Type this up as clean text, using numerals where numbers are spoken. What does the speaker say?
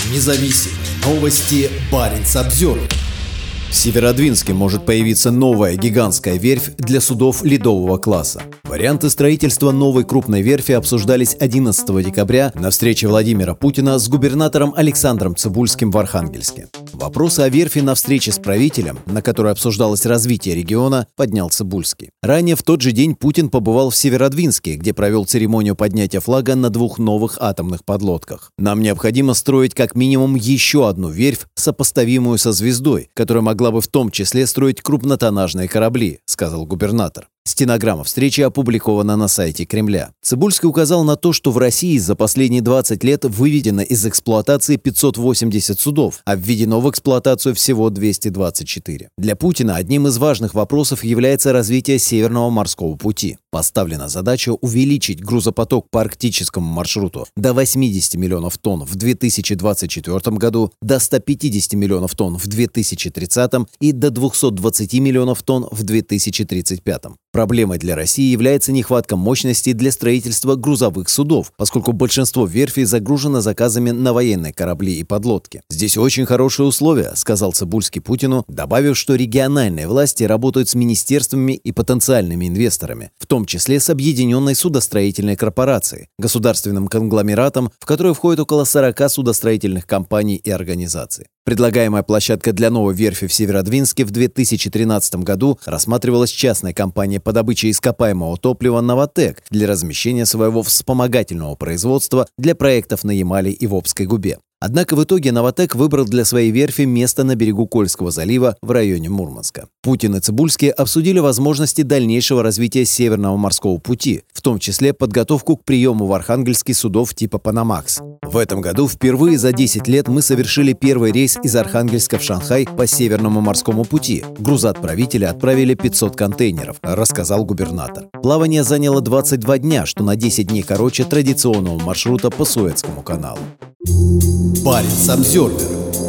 независим. Новости Баренц-Обзервер. В Северодвинске может появиться новая гигантская верфь для судов ледового класса. Варианты строительства новой крупной верфи обсуждались 11 декабря на встрече Владимира Путина с губернатором Александром Цыбульским в Архангельске. Вопросы о верфи на встрече с правителем, на которой обсуждалось развитие региона, поднял Цыбульский. Ранее в тот же день Путин побывал в Северодвинске, где провел церемонию поднятия флага на 2 новых атомных подлодках. «Нам необходимо строить как минимум еще одну верфь, сопоставимую со «Звездой», которая могла бы в том числе строить крупнотоннажные корабли», — сказал губернатор. Стенограмма встречи опубликована на сайте Кремля. Цыбульский указал на то, что в России за последние 20 лет выведено из эксплуатации 580 судов, а введено в эксплуатацию всего 224. Для Путина одним из важных вопросов является развитие Северного морского пути. Поставлена задача увеличить грузопоток по арктическому маршруту до 80 миллионов тонн в 2024 году, до 150 миллионов тонн в 2030 и до 220 миллионов тонн в 2035. Проблемой для России является нехватка мощностей для строительства грузовых судов, поскольку большинство верфей загружено заказами на военные корабли и подлодки. «Здесь очень хорошие условия», — сказал Цыбульский Путину, добавив, что региональные власти работают с министерствами и потенциальными инвесторами, в том числе с Объединенной судостроительной корпорацией, государственным конгломератом, в который входит около 40 судостроительных компаний и организаций. Предлагаемая площадка для новой верфи в Северодвинске в 2013 году рассматривалась частной компанией по добыче ископаемого топлива «Новатэк» для размещения своего вспомогательного производства для проектов на Ямале и в Обской губе. Однако в итоге «Новатэк» выбрал для своей верфи место на берегу Кольского залива в районе Мурманска. Путин и Цыбульский обсудили возможности дальнейшего развития Северного морского пути, в том числе подготовку к приему в Архангельске судов типа «Панамакс». «В этом году впервые за 10 лет мы совершили первый рейс из Архангельска в Шанхай по Северному морскому пути. Грузоотправители отправили 500 контейнеров», — рассказал губернатор. Плавание заняло 22 дня, что на 10 дней короче традиционного маршрута по Суэцкому каналу. Баренц-Обзервер.